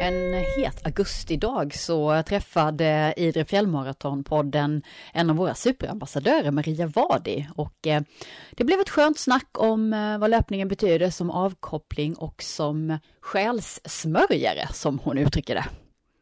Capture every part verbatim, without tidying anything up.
En het augustidag så träffade Idre fjällmaratonpodden en av våra superambassadörer, Maria Wadi, och eh, det blev ett skönt snack om eh, vad löpningen betyder som avkoppling och som själssmörjare, som hon uttrycker det.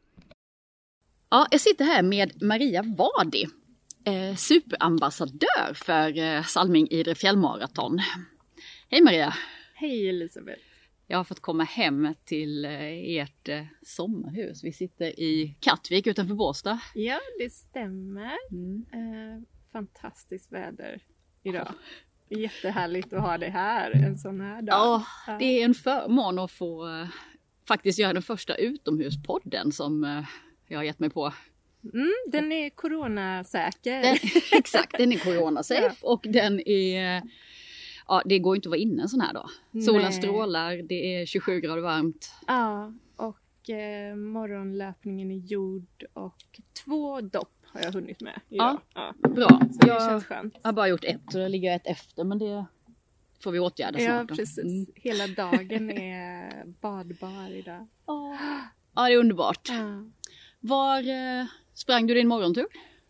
Ja, jag sitter här med Maria Wadi, eh, superambassadör för eh, Salming Idre fjällmaraton. Hej Maria! Hej Elisabeth! Jag har fått komma hem till ert sommarhus. Vi sitter i Kattvik utanför Båstad. Ja, det stämmer. Mm. Eh, fantastiskt väder idag. Jättehärligt att ha det här en sån här dag. Ja, det är en förmån att få uh, faktiskt göra den första utomhuspodden som uh, jag har gett mig på. Mm, den är coronasäker. Den, exakt, den är coronasafe ja. Och den är... Ja, det går inte att vara inne en sån här dag. Solen Nej. strålar, det är tjugosju grader varmt. Ja, och eh, morgonlöpningen är gjord och två dopp har jag hunnit med idag. Ja, ja. Bra. Så det jag känns skönt. Jag har bara gjort ett och det ligger ett efter, men det får vi åtgärda snart. Ja, precis. Mm. Hela dagen är badbar idag. Oh. Ja, det är underbart. Ja. Var eh, sprang du din morgontur?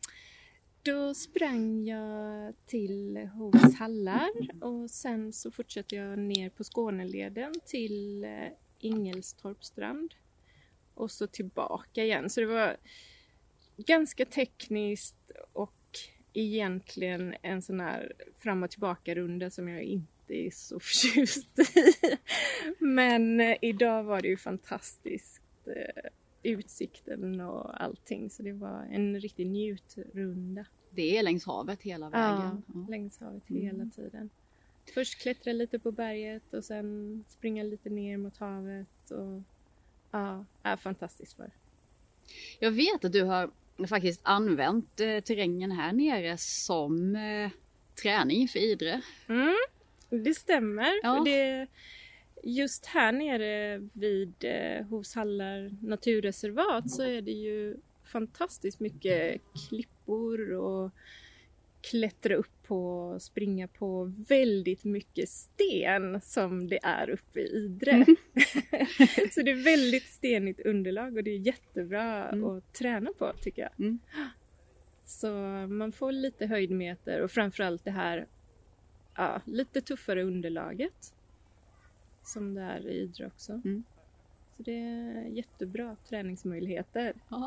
Då sprang jag till Hovs hallar och sen så fortsatte jag ner på Skåneleden till Ingelstorpstrand och så tillbaka igen. Så det var ganska tekniskt och egentligen en sån här fram och tillbaka runda som jag inte är så förtjust i. Men idag var det ju fantastiskt. Utsikten och allting, så det var en riktig njutrunda. Det är längs havet hela vägen. Ja, ja. längs havet mm. hela tiden. Först klättra lite på berget och sen springa lite ner mot havet och ja, är fantastiskt för. Jag vet att du har faktiskt använt eh, terrängen här nere som eh, träning för Idre. Mm, det stämmer. Ja. Det Just här nere vid eh, Hovs hallar naturreservat så är det ju fantastiskt mycket klippor och klättra upp på, springa på väldigt mycket sten som det är uppe i Idre. Mm. Så det är väldigt stenigt underlag och det är jättebra mm. att träna på tycker jag. Mm. Så man får lite höjdmeter och framförallt det här ja, lite tuffare underlaget. Som det är i Idre också. Mm. Så det är jättebra träningsmöjligheter. Ja.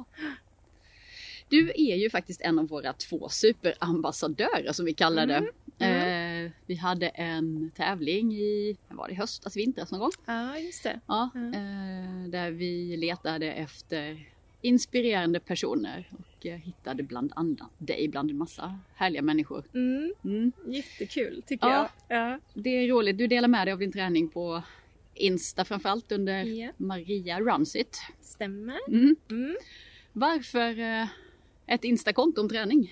Du är ju faktiskt en av våra två superambassadörer som vi kallar det. Mm. Mm. Eh, vi hade en tävling i, var det höstas, vintras någon gång? Ja, just det. Ja, mm. eh, där vi letade efter inspirerande personer och eh, hittade bland annat dig bland en massa härliga människor. Mm. Mm. Jättekul tycker ja, jag. Ja, det är roligt. Du delar med dig av din träning på Insta framförallt under yeah. Maria Runsit. Stämmer. Mm. Mm. Varför eh, ett Insta-konto om träning?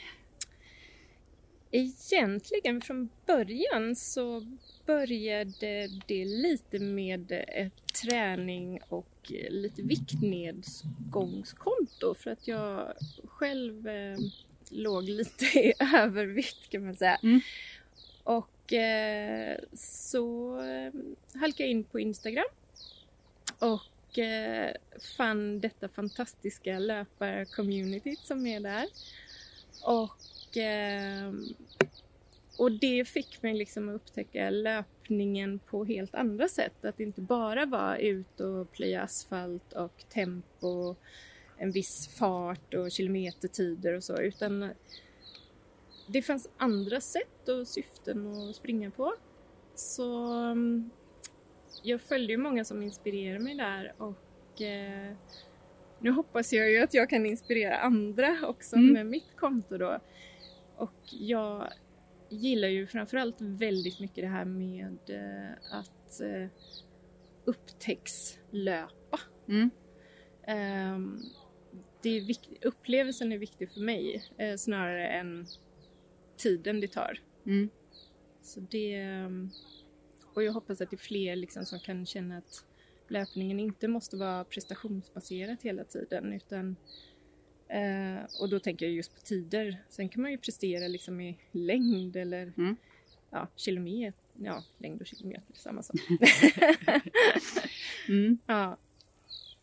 Egentligen från början så började det lite med ett träning och lite viktnedgångskonto för att jag själv eh, låg lite i övervikt kan man säga. Mm. Och eh, så eh, halkade jag in på Instagram och eh, fann detta fantastiska löpar-communityt som är där. Och eh, Och det fick mig liksom att upptäcka löpningen på helt andra sätt. Att det inte bara var ut och plöja asfalt och tempo, en viss fart och kilometertider och så. Utan det fanns andra sätt och syften att springa på. Så jag följde ju många som inspirerade mig där. Och eh, nu hoppas jag ju att jag kan inspirera andra också mm. med mitt konto då. Och jag gillar ju framförallt väldigt mycket det här med eh, att eh, upptäckslöpa. Mm. Um, det är vikt- upplevelsen är viktig för mig eh, snarare än tiden det tar. Mm. Så det, och jag hoppas att det är fler liksom som kan känna att löpningen inte måste vara prestationsbaserat hela tiden utan Uh, och då tänker jag just på tider. Sen kan man ju prestera liksom i längd eller mm. ja, kilometer. Ja, längd och kilometer, samma sak. mm. Ja.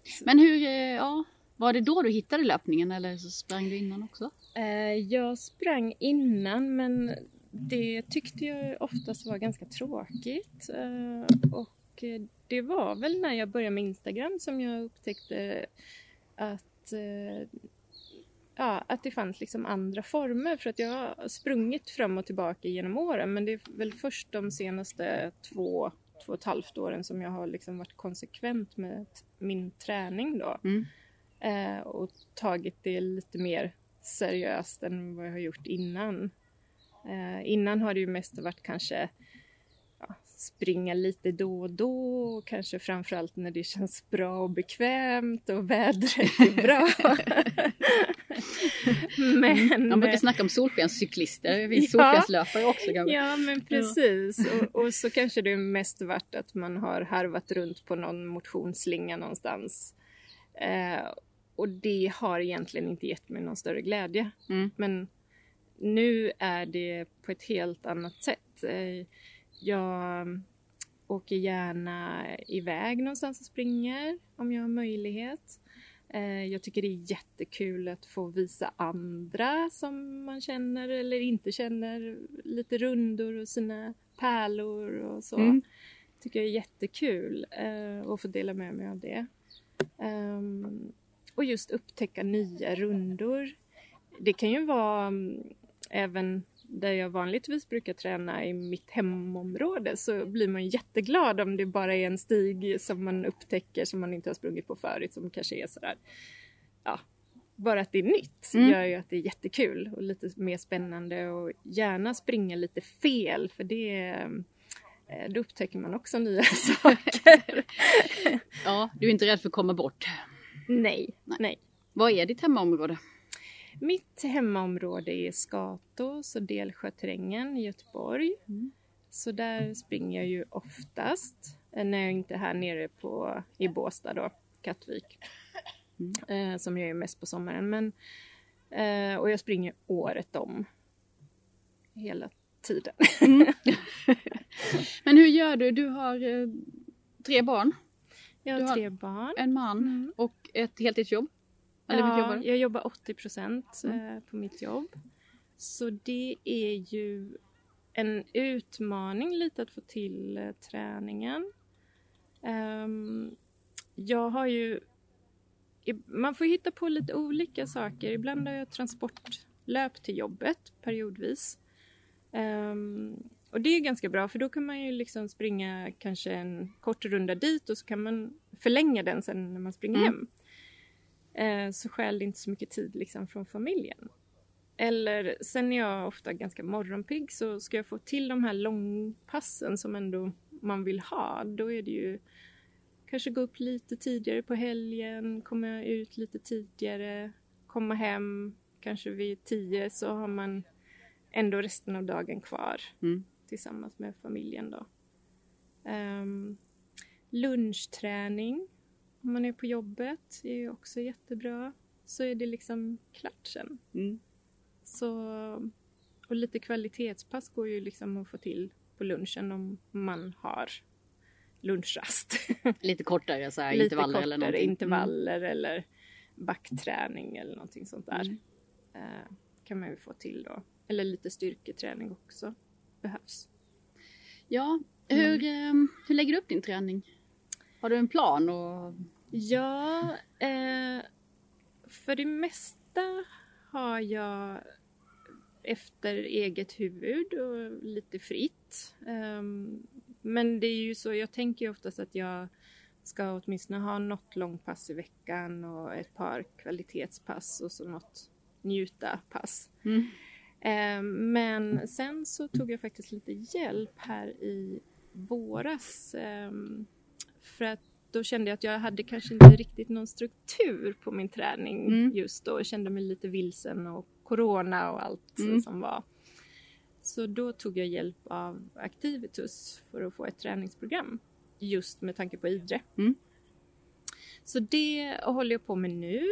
Men hur, ja, var det då du hittade löpningen eller så sprang du innan också? Jag sprang innan, men det tyckte jag oftast var ganska tråkigt. Och det var väl när jag började med Instagram som jag upptäckte att, ja, att det fanns liksom andra former. För att jag har sprungit fram och tillbaka genom åren, men det är väl först de senaste två, två och ett halvt åren som jag har liksom varit konsekvent med min träning då. Mm. Eh, och tagit det lite mer seriöst än vad jag har gjort innan. Eh, innan har det ju mest varit kanske ja, springa lite då och då. Och kanske framförallt när det känns bra och bekvämt och vädret är bra. Men, man brukar snacka om solskenscyklister. Det finns ja, solskenslöpare också. Kanske. Ja, men precis. Ja. Och, och så kanske det mest varit att man har harvat runt på någon motionsslinga någonstans. Eh, och det har egentligen inte gett mig någon större glädje. Mm. Men nu är det på ett helt annat sätt. Eh, jag åker gärna iväg någonstans och springer om jag har möjlighet. Eh, jag tycker det är jättekul att få visa andra som man känner eller inte känner lite rundor och sina pärlor och så. Mm. Tycker jag är jättekul eh, att få dela med mig av det. Um, och just upptäcka nya rundor. Det kan ju vara um, även där jag vanligtvis brukar träna i mitt hemområde, så blir man jätteglad om det bara är en stig som man upptäcker som man inte har sprungit på förut, som kanske är sådär, ja, bara att det är nytt mm. gör ju att det är jättekul och lite mer spännande, och gärna springa lite fel, för det då upptäcker man också nya saker. Ja, du är inte rädd för att komma bort? Nej, nej. nej. Vad är ditt hemmaområde? Mitt hemmaområde är Skatås och Delsjöterrängen i Göteborg. Mm. Så där springer jag ju oftast när jag inte är här nere på, i Båstad då, Kattvik. Mm. Eh, som jag är mest på sommaren. Men, eh, och jag springer året om. Hela tiden. Mm. Men hur gör du? Du har eh, tre barn. Jag har, har tre barn. En man mm. och ett heltidsjobb. Eller ja, jobbar jag jobbar åttio procent mm. på mitt jobb. Så det är ju en utmaning lite att få till eh, träningen. Um, jag har ju... Man får hitta på lite olika saker. Ibland har jag transportlöp till jobbet periodvis. Um, och det är ganska bra, för då kan man ju liksom springa kanske en kort runda dit och så kan man förlänga den sen när man springer mm. hem. Uh, så skäl det inte så mycket tid liksom från familjen. Eller sen är jag ofta ganska morgonpigg, så ska jag få till de här långpassen som ändå man vill ha, då är det ju kanske gå upp lite tidigare på helgen, komma ut lite tidigare, komma hem kanske vid tio, så har man ändå resten av dagen kvar mm. tillsammans med familjen då. Um, lunchträning om man är på jobbet är ju också jättebra. Så är det liksom klart sen. Mm. Så, och lite kvalitetspass går ju liksom att få till på lunchen om man har lunchrast. Lite kortare så här, lite intervaller kortare eller någonting. intervaller mm. eller backträning eller någonting sånt där. Mm. Uh, kan man ju få till då. Eller lite styrketräning också behövs. Ja, hur, mm. hur lägger du upp din träning? Har du en plan? Och... Ja, eh, för det mesta har jag efter eget huvud och lite fritt. Um, men det är ju så, jag tänker ju oftast att jag ska åtminstone ha något långpass i veckan och ett par kvalitetspass och så något njuta-pass. Mm. Um, men sen så tog jag faktiskt lite hjälp här i våras. Um, för att då kände jag att jag hade kanske inte riktigt någon struktur på min träning mm. just då. Jag kände mig lite vilsen och corona och allt mm. som var. Så då tog jag hjälp av Activitus för att få ett träningsprogram. Just med tanke på Idre. Mm. Så det håller jag på med nu.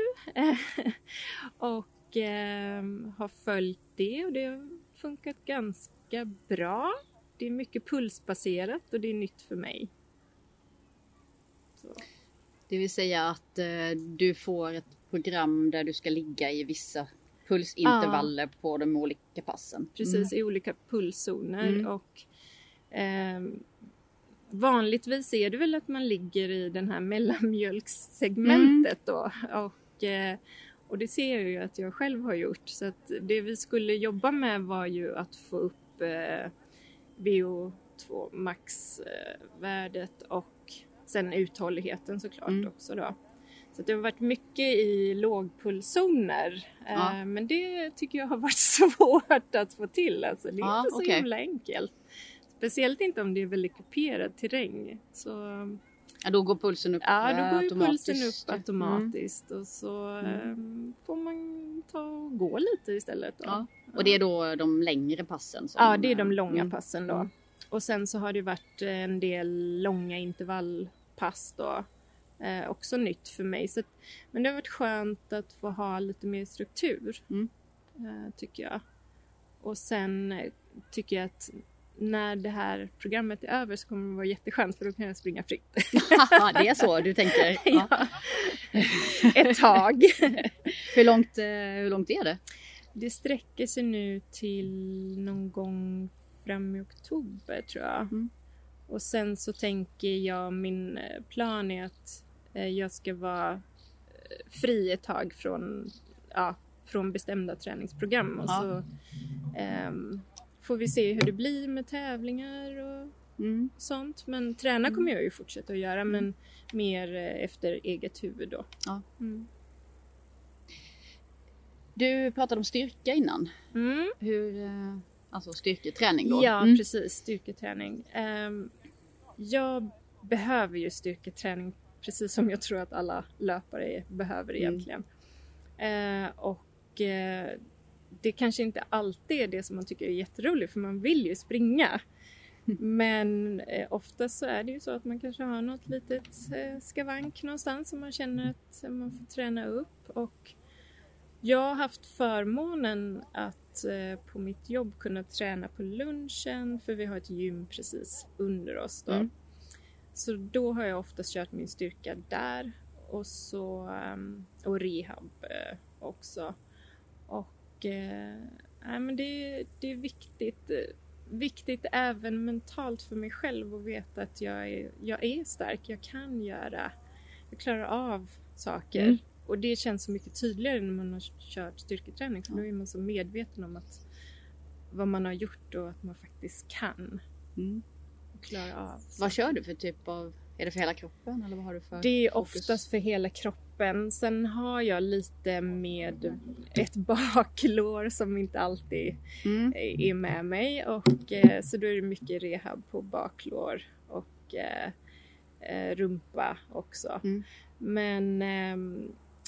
och eh, har följt det. Och det har funkat ganska bra. Det är mycket pulsbaserat och det är nytt för mig. Så. Det vill säga att eh, du får ett program där du ska ligga i vissa pulsintervaller ja. På de olika passen. Precis, mm. i olika pulszoner. Mm. Och eh, vanligtvis är det väl att man ligger i den här mellanmjölkssegmentet mm. då. Och, eh, och det ser jag ju att jag själv har gjort. Så att det vi skulle jobba med var ju att få upp eh, V O två max-värdet och sen uthålligheten såklart mm. också då. Så det har varit mycket i lågpulszoner. Ja. Men det tycker jag har varit svårt att få till. Alltså, det är ja, inte så okay. himla enkelt. Speciellt inte om det är väldigt kuperad terräng. Så... Ja, då går pulsen upp automatiskt. Ja, då går ju automatiskt. pulsen upp automatiskt. Mm. Och så mm. får man ta och gå lite istället. Då. Ja. Och det är då de längre passen? Som... Ja, det är de långa mm. passen då. Mm. Och sen så har det varit en del långa intervallpass då. Eh, också nytt för mig. Så att, men det har varit skönt att få ha lite mer struktur. Mm. Eh, tycker jag. Och sen eh, tycker jag att när det här programmet är över så kommer det vara jätteskönt för då kan jag springa fritt. Det är så du tänker? Ja. Ett tag. hur, långt, hur långt är det? Det sträcker sig nu till någon gång fram i oktober tror jag. Mm. Och sen så tänker jag, min plan är att jag ska vara fri ett tag från, ja, från bestämda träningsprogram. Och ja. så um, får vi se hur det blir med tävlingar och mm. sånt. Men träna kommer jag ju fortsätta att göra, men mer efter eget huvud då. Ja. Mm. Du pratade om styrka innan. Mm. Hur, alltså styrketräning då? Ja, mm. precis. Styrketräning. Um, jag behöver ju styrketräning precis som jag tror att alla löpare behöver egentligen. Mm. Uh, och uh, det kanske inte alltid är det som man tycker är jätteroligt, för man vill ju springa. Mm. Men eh, ofta så är det ju så att man kanske har något litet eh, skavank någonstans som man känner att man får träna upp. Och jag har haft förmånen att eh, på mitt jobb kunna träna på lunchen, för vi har ett gym precis under oss då. Mm. Så då har jag oftast kört min styrka där och, så, um, och rehab eh, också. Och eh, nej, men det, det är viktigt, viktigt även mentalt för mig själv att veta att jag är, jag är stark, jag kan göra, jag klarar av saker. Mm. Och det känns så mycket tydligare när man har kört styrketräning, för ja. Då är man så medveten om att vad man har gjort och att man faktiskt kan mm. klara av. Så. Vad kör du för typ av, är det för hela kroppen eller vad har du för Det är fokus? Oftast för hela kroppen. Sen har jag lite med ett baklår som inte alltid mm. är med mig. Och, eh, så då är det mycket rehab på baklår och eh, rumpa också. Mm. Men eh,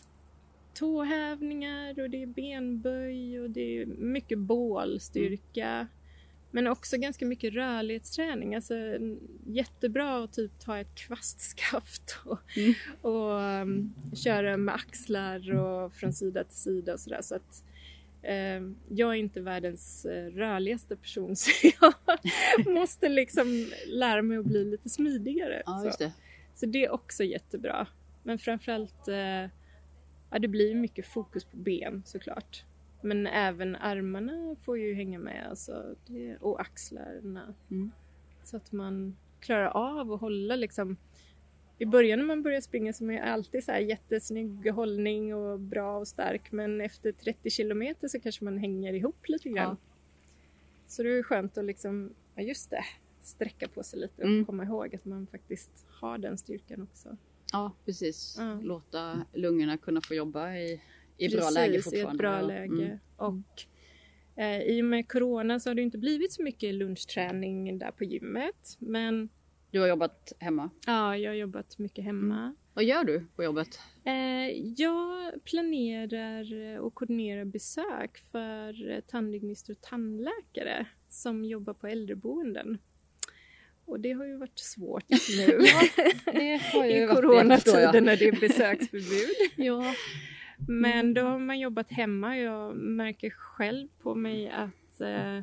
tåhävningar och det är benböj och det är mycket bålstyrka. Mm. Men också ganska mycket rörlighetsträning. Alltså jättebra att typ ta ett kvastskaft och, mm. och um, köra med axlar och från sida till sida och sådär. Så att um, jag är inte världens uh, rörligaste person, så jag måste liksom lära mig att bli lite smidigare. Ja, just det. Så. så det är också jättebra. Men framförallt, uh, ja, det blir mycket fokus på ben såklart. Men även armarna får ju hänga med, alltså, det, och axlarna. Mm. Så att man klarar av att hålla liksom. I början när man börjar springa så är man alltid så här jättesnygg hållning och bra och stark. Men efter trettio kilometer så kanske man hänger ihop lite grann. Ja. Så det är skönt att liksom, ja just det, sträcka på sig lite och mm. komma ihåg att man faktiskt har den styrkan också. Ja, precis. Ja. Låta lungorna kunna få jobba i... I bra Precis, läge fortfarande. i ett bra läge. Mm. Och eh, i och med corona så har det inte blivit så mycket lunchträning där på gymmet. Men du har jobbat hemma? Ja, jag har jobbat mycket hemma. Mm. Vad gör du på jobbet? Eh, jag planerar och koordinerar besök för tandhygienister och tandläkare som jobbar på äldreboenden. Och det har ju varit svårt nu. Ja, det har ju i coronatiden när det är besöksförbud. Ja. Men då har man jobbat hemma. Jag märker själv på mig att eh,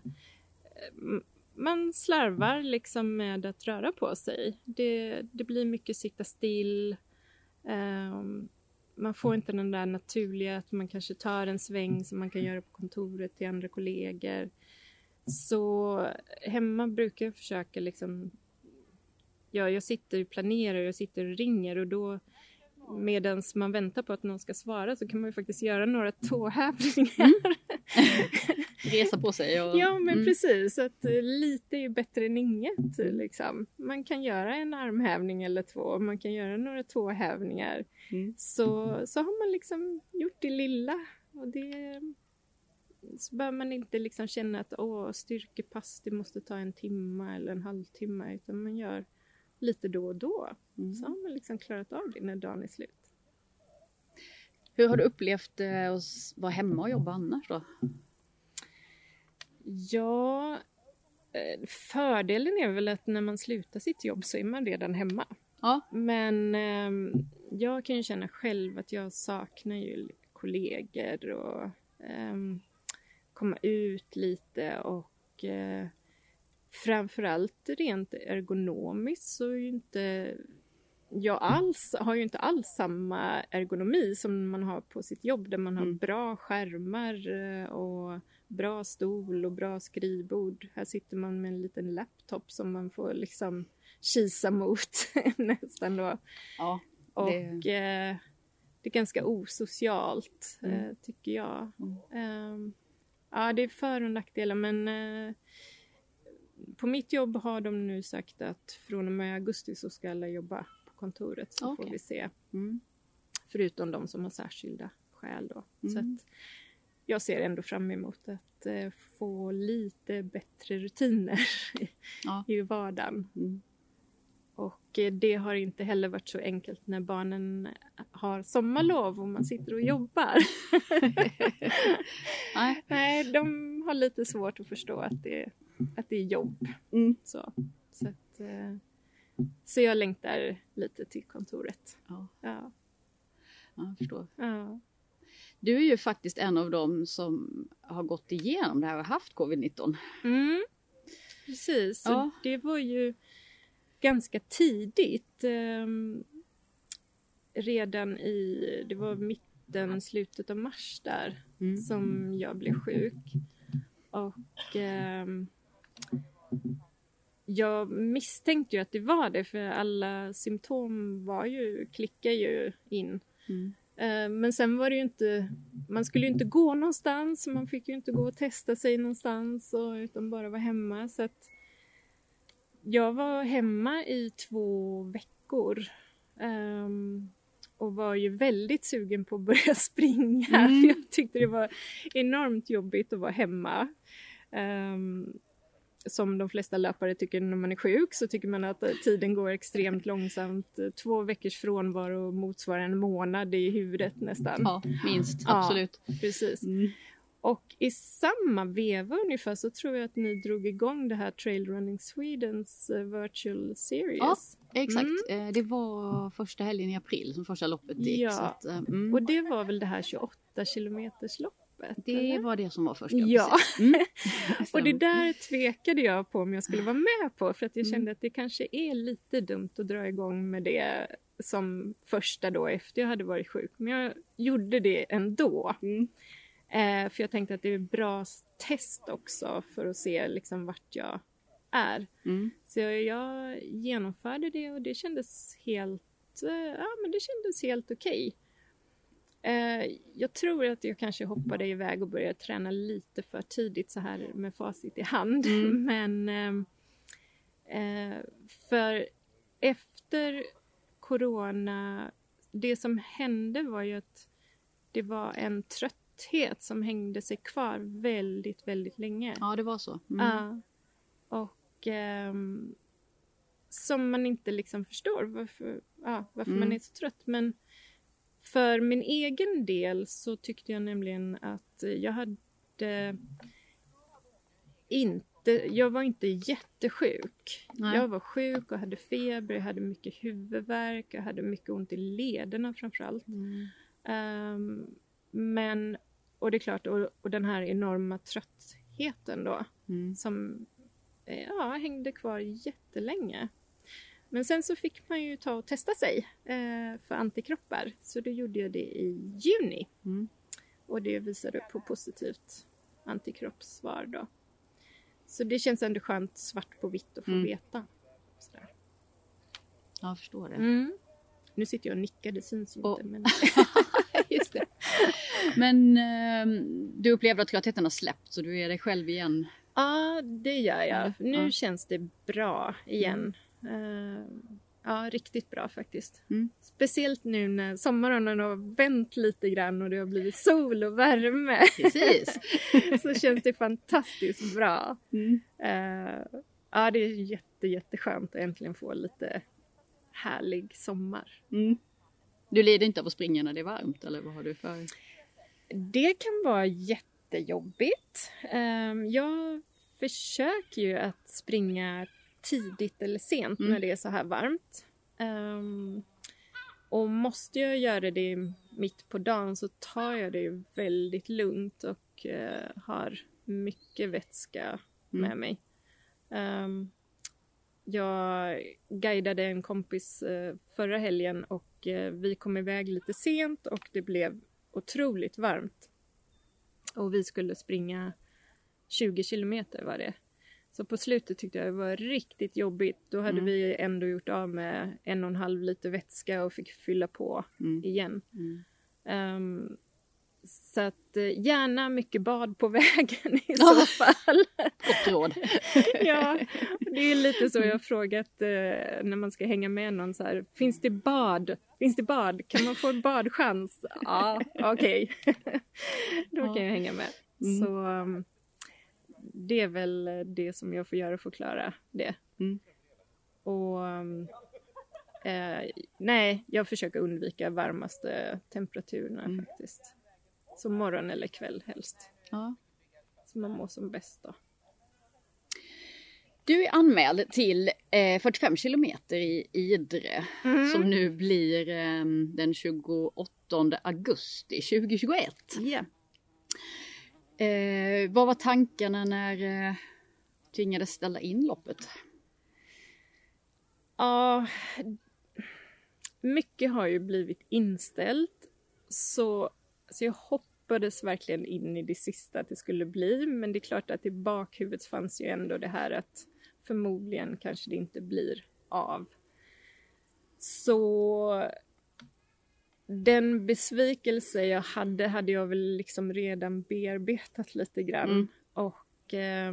man slarvar liksom med att röra på sig. Det, det blir mycket sitta still. Um, man får inte den där naturliga att man kanske tar en sväng som man kan göra på kontoret till andra kollegor. Så hemma brukar jag försöka liksom, ja, jag sitter och planerar, jag sitter och ringer och då medan man väntar på att någon ska svara så kan man ju faktiskt göra några tåhävningar. Mm. Resa på sig. Och... Ja, men mm. precis. Att lite är bättre än inget. Liksom. Man kan göra en armhävning eller två. Man kan göra några tåhävningar. Mm. Så, så har man liksom gjort det lilla. Och det, så bör man inte liksom känna att åh, styrkepass, det måste ta en timme eller en halvtimme. Utan man gör lite då och då. Mm. Så har man liksom klarat av det när dagen är slut. Hur har du upplevt eh, att vara hemma och jobba annars då? Ja, fördelen är väl att när man slutar sitt jobb så är man redan hemma. Ja. Men eh, jag kan ju känna själv att jag saknar ju kollegor och eh, komma ut lite och eh, framförallt rent ergonomiskt så är ju inte jag alls, har ju inte alls samma ergonomi som man har på sitt jobb där man har mm. bra skärmar och bra stol och bra skrivbord. Här sitter man med en liten laptop som man får liksom kisa mot nästan då. Ja, det... Och eh, det är ganska osocialt mm. eh, tycker jag. Mm. Eh, ja, det är för- och nackdelar men eh, på mitt jobb har de nu sagt att från och med augusti så ska alla jobba på kontoret så okay. får vi se. Mm. Förutom de som har särskilda skäl då. Mm. Så att jag ser ändå fram emot att eh, få lite bättre rutiner ja. i vardagen. Mm. Och eh, det har inte heller varit så enkelt när barnen har sommarlov och man sitter och jobbar. Nej. Nej, de har lite svårt att förstå att det, att det är jobb. Mm. Så, så, att, eh, så jag längtar lite till kontoret. Ja, ja. ja jag förstår. Ja. Du är ju faktiskt en av dem som har gått igenom det här och haft covid nitton. Mm, precis. Ja. Det var ju ganska tidigt. Eh, redan i, det var mitten, slutet av mars där mm. som jag blev sjuk. Och eh, jag misstänkte ju att det var det för alla symptom var ju, klickade ju in. Mm. Men sen var det ju inte, man skulle ju inte gå någonstans, man fick ju inte gå och testa sig någonstans och, utan bara vara hemma. Så att jag var hemma i två veckor um, och var ju väldigt sugen på att börja springa. Mm. För jag tyckte det var enormt jobbigt att vara hemma. Um, Som de flesta löpare tycker när man är sjuk så tycker man att tiden går extremt långsamt. Två veckors frånvaro motsvarar en månad i huvudet nästan. Ja, minst. Absolut. Ja, precis. Mm. Och i samma veva ungefär så tror jag att ni drog igång det här Trail Running Swedens uh, Virtual Series. Ja, exakt. Mm. Det var första helgen i april som första loppet gick. Ja, så att, mm. och det var väl det här tjugoåtta kilometers lopp. Det eller? var det som var första. Ja, mm. och det där tvekade jag på om jag skulle vara med på. För att jag kände mm. att det kanske är lite dumt att dra igång med det som första då efter jag hade varit sjuk. Men jag gjorde det ändå. Mm. Eh, för jag tänkte att det är bra test också för att se liksom vart jag är. Mm. Så jag, jag genomförde det och det kändes helt, eh, ja, men det kändes helt okej. Jag tror att jag kanske hoppade iväg och började träna lite för tidigt så här med facit i hand. Mm. Men eh, för efter corona, det som hände var ju att det var en trötthet som hängde sig kvar väldigt, väldigt länge. Ja, det var så. Mm. Ja. Och eh, som man inte liksom förstår varför, ja, varför mm. man är så trött. Men för min egen del så tyckte jag nämligen att jag hade inte, jag var inte jättesjuk. Nej. Jag var sjuk och hade feber, jag hade mycket huvudvärk, jag hade mycket ont i lederna framförallt. Mm. Um, men, och det är klart, och, och den här enorma tröttheten då, mm. som ja, hängde kvar jättelänge. Men sen så fick man ju ta och testa sig eh, för antikroppar. Så då gjorde jag det i juni. Mm. Och det visade på positivt antikroppssvar då. Så det känns ändå skönt svart på vitt att få mm. veta. Sådär. Ja, jag förstår det. Mm. Nu sitter jag och nickar, det syns ju och... inte. Men... Just det. Men eh, du upplevde att tröttheten har släppt, så du är dig själv igen? Ja, det gör jag. Mm. Nu ja. känns det bra igen. Mm. Uh, ja, riktigt bra faktiskt. Mm. Speciellt nu när sommaren har vänt lite grann och det har blivit sol och värme. Precis. Så känns det fantastiskt bra. Mm. Uh, ja, det är jätte, jätteskönt att äntligen få lite härlig sommar. Mm. Du lider inte av att springa när det är varmt, eller vad har du för? Det kan vara jättejobbigt. Uh, jag försöker ju att springa tidigt eller sent mm. när det är så här varmt. Um, och måste jag göra det mitt på dagen så tar jag det väldigt lugnt och uh, har mycket vätska mm. med mig. Um, jag guidade en kompis uh, förra helgen och uh, vi kom iväg lite sent och det blev otroligt varmt. Och vi skulle springa tjugo kilometer var det. Så på slutet tyckte jag det var riktigt jobbigt. Då hade mm. vi ändå gjort av med en och en halv liter vätska och fick fylla på mm. igen. Mm. Um, så att gärna mycket bad på vägen i så fall. Gott råd. Ja, det är lite så jag har frågat uh, när man ska hänga med någon så här. Finns det bad? Finns det bad? Kan man få en badchans? Ja, okej. Okay. Då kan jag hänga med. Mm. Så... Um, det är väl det som jag får göra för att klara det. Mm. Och eh, nej, jag försöker undvika varmaste temperaturerna mm. faktiskt. Så morgon eller kväll helst. Ja. Så man mår som bäst då. Du är anmäld till eh, fyrtiofem kilometer i Idre. Mm. Som nu blir eh, den tjugoåttonde augusti tjugohundratjugoett. Ja. Yeah. Eh, vad var tankarna när eh, tvingades ställa in loppet? Ja, mycket har ju blivit inställt. Så, så jag hoppades verkligen in i det sista att det skulle bli. Men det är klart att i bakhuvudet fanns ju ändå det här att förmodligen kanske det inte blir av. Så... Den besvikelse jag hade, hade jag väl liksom redan bearbetat lite grann. Mm. Och eh,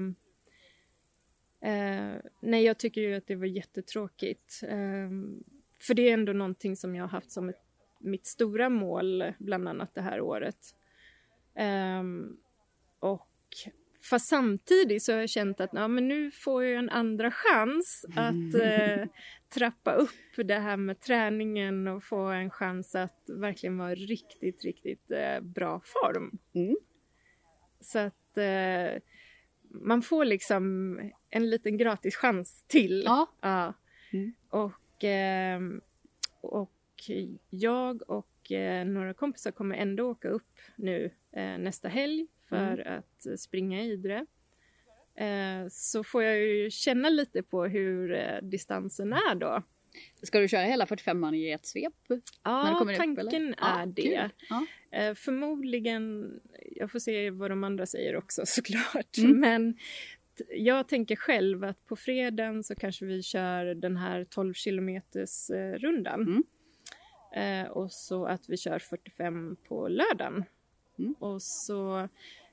eh, nej, jag tycker ju att det var jättetråkigt. Eh, för det är ändå någonting som jag har haft som ett, mitt stora mål, bland annat det här året. Eh, och fast samtidigt så har jag känt att ja, men nu får jag en andra chans att eh, trappa upp det här med träningen och få en chans att verkligen vara riktigt, riktigt eh, bra form. Mm. Så att eh, man får liksom en liten gratis chans till. Ja. Ja. Mm. Och, eh, och jag och eh, några kompisar kommer ändå åka upp nu eh, nästa helg. För mm. att springa i Idre. Eh, så får jag ju känna lite på hur eh, distansen är då. Ska du köra hela fyrtiofemman i ett svep? Ja, tanken upp, är ja, det. Ja. Eh, förmodligen, jag får se vad de andra säger också såklart. Mm. Men t- jag tänker själv att på fredagen så kanske vi kör den här tolv kilometers eh, rundan. Mm. Eh, och så att vi kör fyrtiofem på lördagen. Mm. Och så,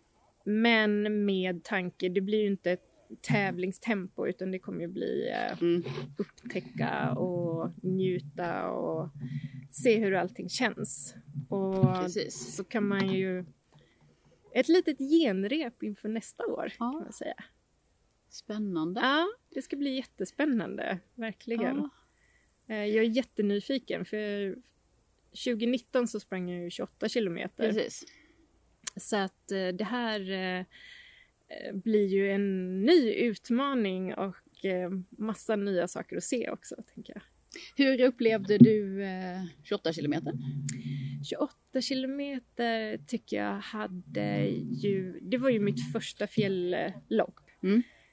men med tanke, det blir ju inte ett tävlingstempo utan det kommer ju bli eh, mm. upptäcka och njuta och se hur allting känns. Och Precis. Så kan man ju ett litet genrep inför nästa år ja. kan man säga. Spännande. Ja, det ska bli jättespännande, verkligen. Ja. Eh, jag är jättenyfiken för tjugonitton så sprang jag ju tjugoåtta kilometer. Precis. Så att eh, det här eh, blir ju en ny utmaning och eh, massa nya saker att se också, tänker jag. Hur upplevde du eh, tjugoåtta kilometer? tjugoåtta kilometer tycker jag hade ju... Det var ju mitt första fjälllopp. Mm.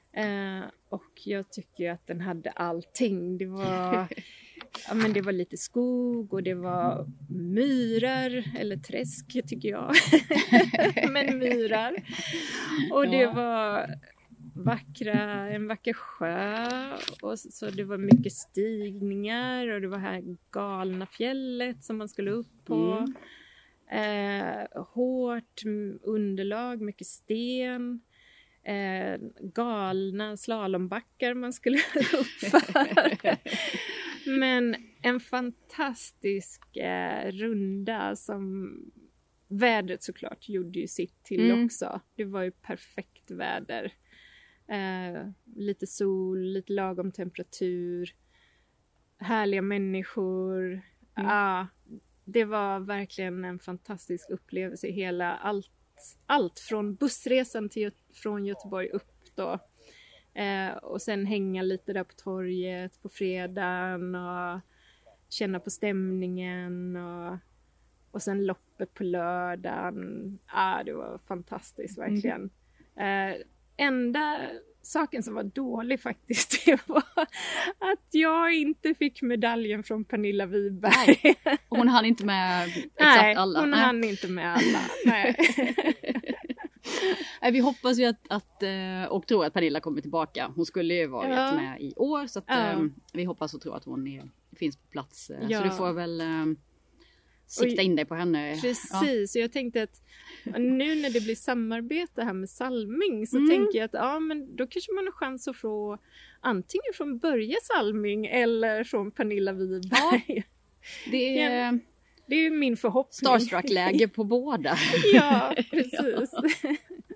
Eh, och jag tycker ju att den hade allting. Det var, ja, men det var lite skog och det var myrar, eller träsk tycker jag. Men myrar. Och det Ja. var vackra, en vacker sjö. Och så, så det var mycket stigningar och det var här galna fjället som man skulle upp på. Mm. Eh, hårt underlag, mycket sten. Eh, galna slalombackar man skulle uppföra. Men en fantastisk eh, runda som vädret såklart gjorde ju sitt till mm. också. Det var ju perfekt väder. Eh, lite sol, lite lagom temperatur. Härliga människor. Mm. Ah, det var verkligen en fantastisk upplevelse. Hela allt. Allt från bussresan till, från Göteborg upp då. Eh, och sen hänga lite där på torget på fredagen och känna på stämningen och, och sen loppet på lördagen. Ah, det var fantastiskt verkligen. Mm. Eh, enda saken som var dålig faktiskt, det var att jag inte fick medaljen från Pernilla Wiberg. Hon hann inte med exakt Nej, alla. hon Nej, hann inte med alla. Nej. Nej, vi hoppas ju att, att och tror att Pernilla kommer tillbaka. Hon skulle ju varit ja. med i år, så att, ja. vi hoppas och tror att hon är, finns på plats. Ja. Så du får väl sikta in dig på henne. Precis, ja. Jag tänkte att nu när det blir samarbete här med Salming så mm. tänker jag att ja, men då kanske man har chans att få antingen från Börje Salming eller från Pernilla Wiberg. Ja. Det är, ja, det är min förhoppning. Starstruck-läge på båda. Ja, precis. ja.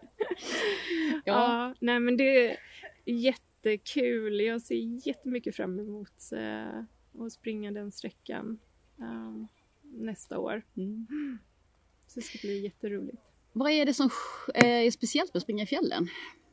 ja. ja, nej men det är jättekul. Jag ser jättemycket fram emot äh, att springa den sträckan. Um, nästa år. Mm. Så det ska bli jätteroligt. Vad är det som är speciellt med att springa i fjällen?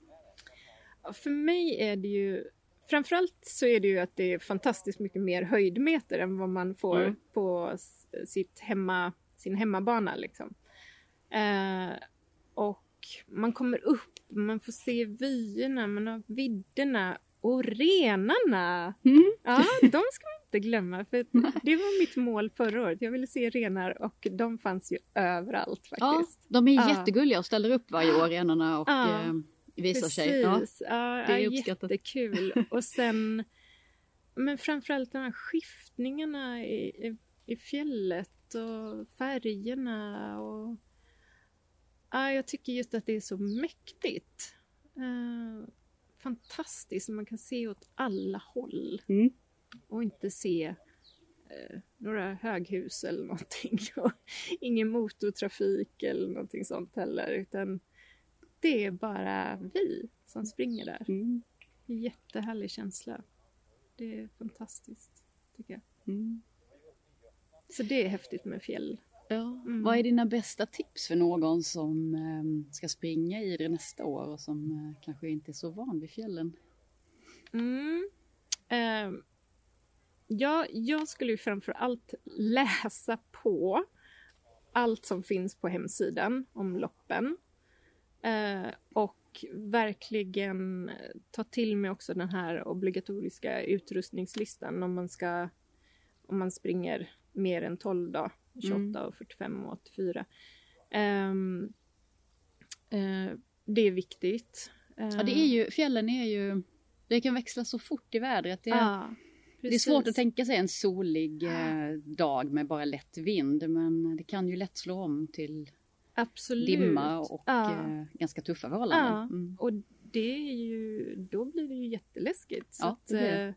För mig är det ju, framförallt så är det ju att det är fantastiskt mycket mer höjdmeter än vad man får mm. på sitt hemma, sin hemmabana liksom. Eh, och man kommer upp, man får se vyerna, man har vidderna och renarna. Mm. Ja, de ska man inte glömma. För det var mitt mål förra året. Jag ville se renar och de fanns ju överallt faktiskt. Ja, de är ja. jättegulliga och ställer upp varje år, renarna, och ja, eh, visar precis. sig. Ja, ja, det är uppskattat. Jättekul. Och sen, men framförallt de här skiftningarna i, i, i fjället och färgerna. Och, ja, jag tycker just att det är så mäktigt. Uh, fantastiskt, man kan se åt alla håll mm. och inte se eh, några höghus eller någonting och ingen motortrafik eller någonting sånt heller, utan det är bara vi som springer där. Mm. Jättehärlig känsla. Det är fantastiskt tycker jag. Mm. Så det är häftigt med fjäll. Ja. Mm. Vad är dina bästa tips för någon som eh, ska springa i det nästa år och som eh, kanske inte är så van vid fjällen? Mm. Eh, ja, jag skulle ju framför allt läsa på allt som finns på hemsidan om loppen. Eh, och verkligen ta till mig också den här obligatoriska utrustningslistan om man ska, om man springer mer än tolv dagar. tjugoåtta och fyrtiofem och åttiofyra. Um, uh, det är viktigt. Uh, ja, det är ju, fjällen är ju, det kan växla så fort i vädret. Det är, ja, det är svårt att tänka sig en solig uh, dag med bara lätt vind, men det kan ju lätt slå om till absolut. Dimma och ja. uh, ganska tuffa förhållanden. Ja. Mm. Och det är ju, då blir det ju jätteläskigt. Så ja, att, uh,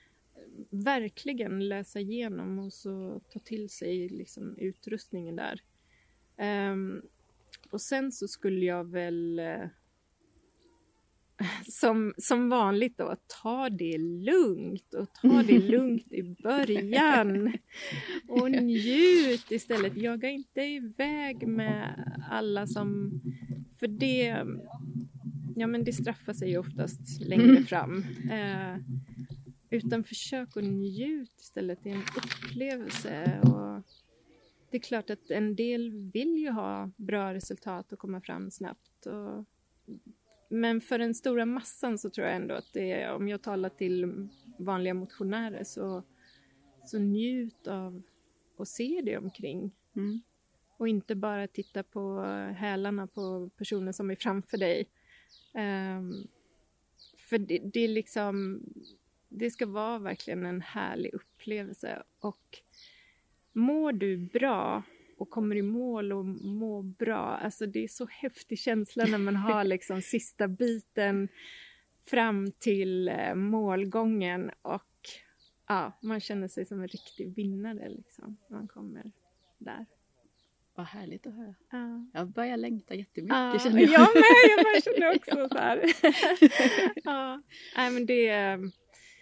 verkligen läsa igenom och så ta till sig liksom utrustningen där. Um, och sen så skulle jag väl uh, som, som vanligt då ta det lugnt och ta det lugnt i början och njut istället. Jaga inte iväg med alla som, för det ja men det straffar sig oftast längre fram. Uh, Utan försök att njut istället. Det är en upplevelse. Och det är klart att en del vill ju ha bra resultat och komma fram snabbt. Och men för den stora massan så tror jag ändå att det är, om jag talar till vanliga motionärer så, så njut av att se det omkring. Mm. Och inte bara titta på hälarna på personen som är framför dig. Um, för det, det är liksom, det ska vara verkligen en härlig upplevelse. Och mår du bra och kommer i mål och mår bra. Alltså det är så häftig känsla när man har liksom sista biten fram till eh, målgången. Och ja, man känner sig som en riktig vinnare liksom. När man kommer där. Vad härligt att höra. Ja. Jag börjar längta jättemycket. Ja, känner jag. jag med. Jag bara känner också så här. Ja, nej men det är...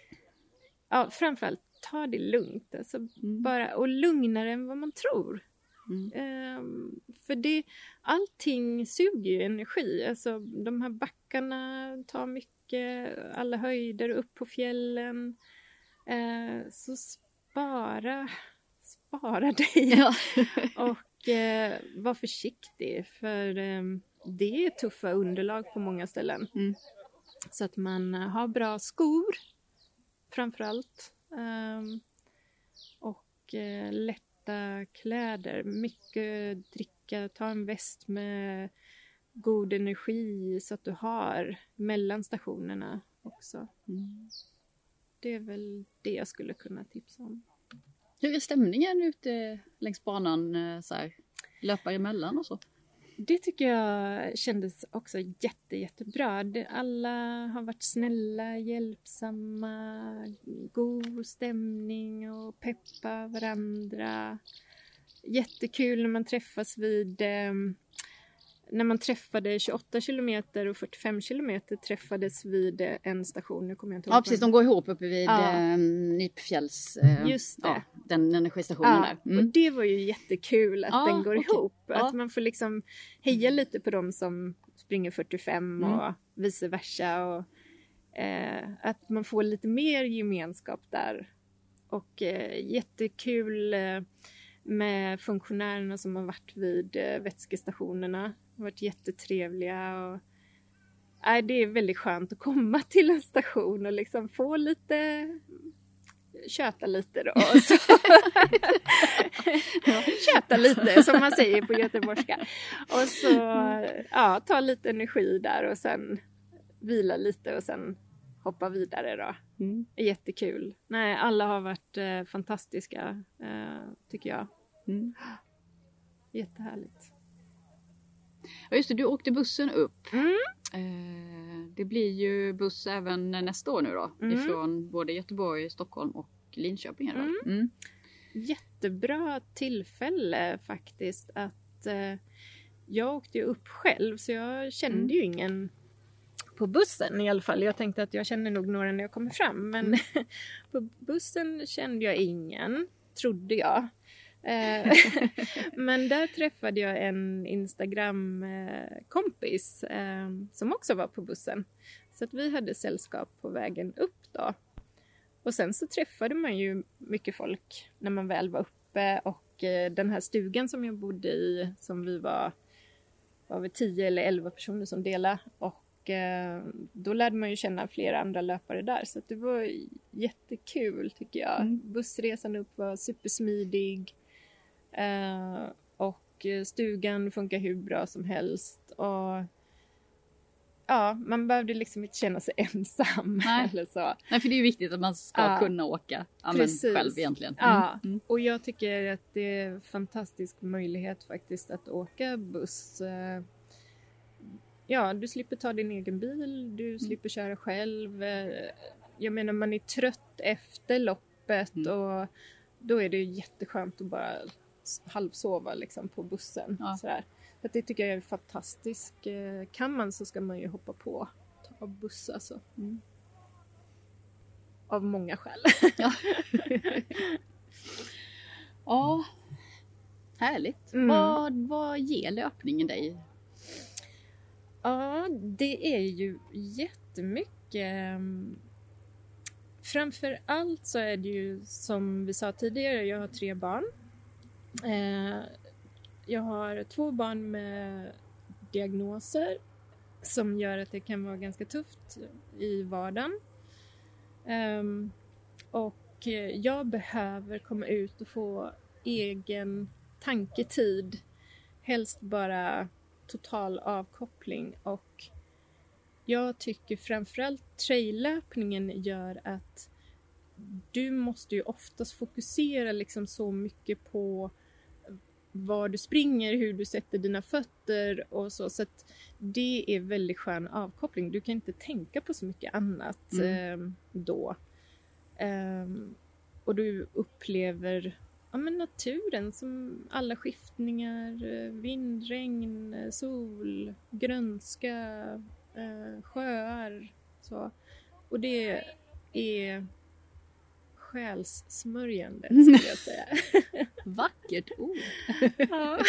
Ja, framförallt ta det lugnt. Alltså Mm. bara, och lugnare än vad man tror. Mm. Um, för det, allting suger ju energi. Alltså de här backarna tar mycket, alla höjder upp på fjällen. Uh, så spara, spara dig. Ja. Och uh, var försiktig. För um, det är tuffa underlag på många ställen. Mm. Så att man uh, har bra skor. Framförallt. Um, och uh, lätt kläder, mycket dricka, ta en väst med god energi så att du har mellan stationerna också. Mm. Det är väl det jag skulle kunna tipsa om. Hur är stämningen ute längs banan, så här, löpar emellan och så? Det tycker jag kändes också jätte, jättebra. Alla har varit snälla, hjälpsamma, god stämning och peppa varandra. Jättekul när man träffas vid... Eh, när man träffade tjugoåtta kilometer och fyrtiofem kilometer träffades vid en station. Nu kommer jag inte ihåg. Ja, precis. De går ihop uppe vid ja. eh, Nypfjälls... Eh, Just det. Ja, den energistationen ja, där. Mm. Och det var ju jättekul att ja, den går okay. ihop. Ja. Att man får liksom heja lite på dem som springer fyrtiofem mm. och vice versa. Och, eh, att man får lite mer gemenskap där. Och eh, jättekul eh, med funktionärerna som har varit vid eh, vätskestationerna. De har varit jättetrevliga och nej, det är väldigt skönt att komma till en station och liksom få lite, köta lite då. Och så. Köta lite som man säger på göteborgska. Och så ja, ta lite energi där och sen vila lite och sen hoppa vidare då. Mm. Jättekul. Nej, alla har varit eh, fantastiska eh, tycker jag. Mm. Jättehärligt. Ja, just det, du åkte bussen upp. Mm. Eh, det blir ju buss även nästa år nu då. Mm. Ifrån både Göteborg, Stockholm och Linköping. Mm. Mm. Jättebra tillfälle faktiskt att eh, jag åkte ju upp själv så jag kände Mm. ju ingen på bussen i alla fall. Jag tänkte att jag känner nog några när jag kommer fram men Mm. på bussen kände jag ingen, trodde jag. Eh, men där träffade jag en Instagram-kompis eh, som också var på bussen. Så att vi hade sällskap på vägen upp då. Och sen så träffade man ju mycket folk när man väl var uppe. Och eh, den här stugan som jag bodde i, som vi var, var vi tio eller elva personer som delade. Och eh, då lärde man ju känna flera andra löpare där. Så att det var jättekul tycker jag. Mm. Bussresan upp var supersmidig. Uh, och stugan funkar hur bra som helst och ja, man behövde liksom inte känna sig ensam. Nej. Eller så. Nej, för det är ju viktigt att man ska Ja. kunna åka ja, men själv egentligen. Mm. Ja, Mm. och jag tycker att det är en fantastisk möjlighet faktiskt att åka buss. Uh, ja, du slipper ta din egen bil, du Mm. slipper köra själv. Uh, jag menar, man är trött efter loppet Mm. och då är det jätteskönt att bara halvsova liksom på bussen. Ja. Sådär. Så att det tycker jag är fantastiskt. Kan man så ska man ju hoppa på ta buss alltså. Mm. Av många skäl. Ja. Ja, härligt. Mm. Vad, vad ger löpningen dig? Ja, det är ju jättemycket. Framför allt så är det ju som vi sa tidigare, jag har tre barn. Eh, jag har två barn med diagnoser som gör att det kan vara ganska tufft i vardagen. Um, och jag behöver komma ut och få egen tanketid. Helst bara total avkoppling. Och jag tycker framförallt traillöpningen gör att du måste ju oftast fokusera liksom så mycket på var du springer, hur du sätter dina fötter och så. Så att det är väldigt skön avkoppling. Du kan inte tänka på så mycket annat mm. eh, då. Eh, och du upplever ja, men naturen som alla skiftningar, vind, regn, sol, grönska, eh, sjöar. Så. Och det är själssmörjande, skulle jag säga. Vackert ord. Ja.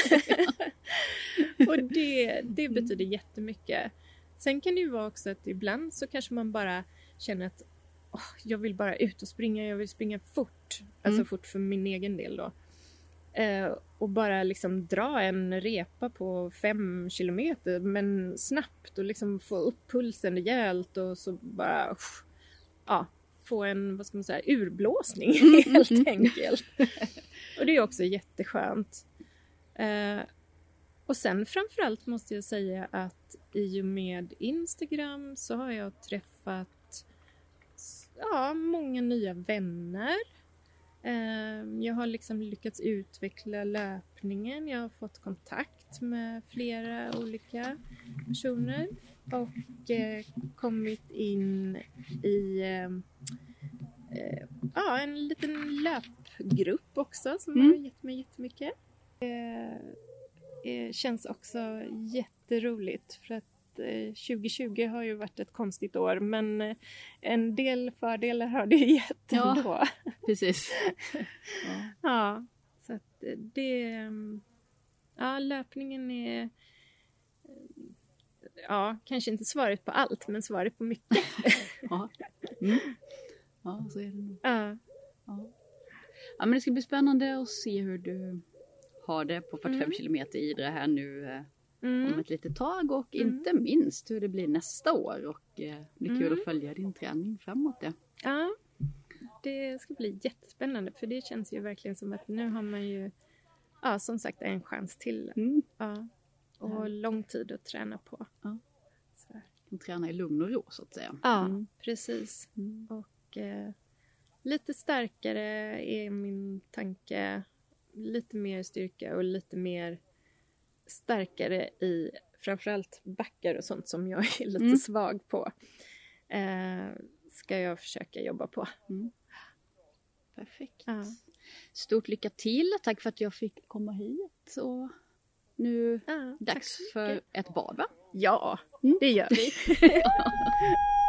Och det, det betyder jättemycket. Sen kan det ju vara också att ibland så kanske man bara känner att oh, jag vill bara ut och springa, jag vill springa fort. Mm. Alltså fort för min egen del då. Eh, och bara liksom dra en repa på fem kilometer men snabbt och liksom få upp pulsen rejält och så bara ja, få en, vad ska man säga, urblåsning helt enkelt. Och det är också jätteskönt. Eh, och sen framförallt måste jag säga att i och med Instagram så har jag träffat ja, många nya vänner. Eh, jag har liksom lyckats utveckla löpningen. Jag har fått kontakt med flera olika personer och eh, kommit in i eh, eh, ja, en liten löpgrupp också som mm. har gett mig jättemycket. Eh, eh, känns också jätteroligt för att tjugo tjugo har ju varit ett konstigt år, men en del fördelar har det gett ändå. Ja, precis. Ja. Ja, så att det... Ja, löpningen är... Ja, kanske inte svaret på allt, men svaret på mycket. Ja, mm. Ja, så är det nog. Ja. Ja. Ja, men det ska bli spännande att se hur du har det på fyrtiofem mm. kilometer i Idre här nu. Mm. Om ett litet tag och mm. inte minst hur det blir nästa år och eh, det är kul mm. att följa din träning framåt det. Ja, det ska bli jättespännande för det känns ju verkligen som att nu har man ju ja, som sagt en chans till. Mm. Ja, och ja. lång tid att träna på. Ja. Så. Träna i lugn och ro så att säga. Ja, mm. precis. Mm. Och eh, lite starkare är min tanke. Lite mer styrka och lite mer starkare i framförallt backar och sånt som jag är lite mm. svag på. Eh, ska jag försöka jobba på. Mm. Perfekt. Ja. Stort lycka till. Tack för att jag fick komma hit. Och nu ja, dags för ett bad, va? Ja, mm. det gör vi.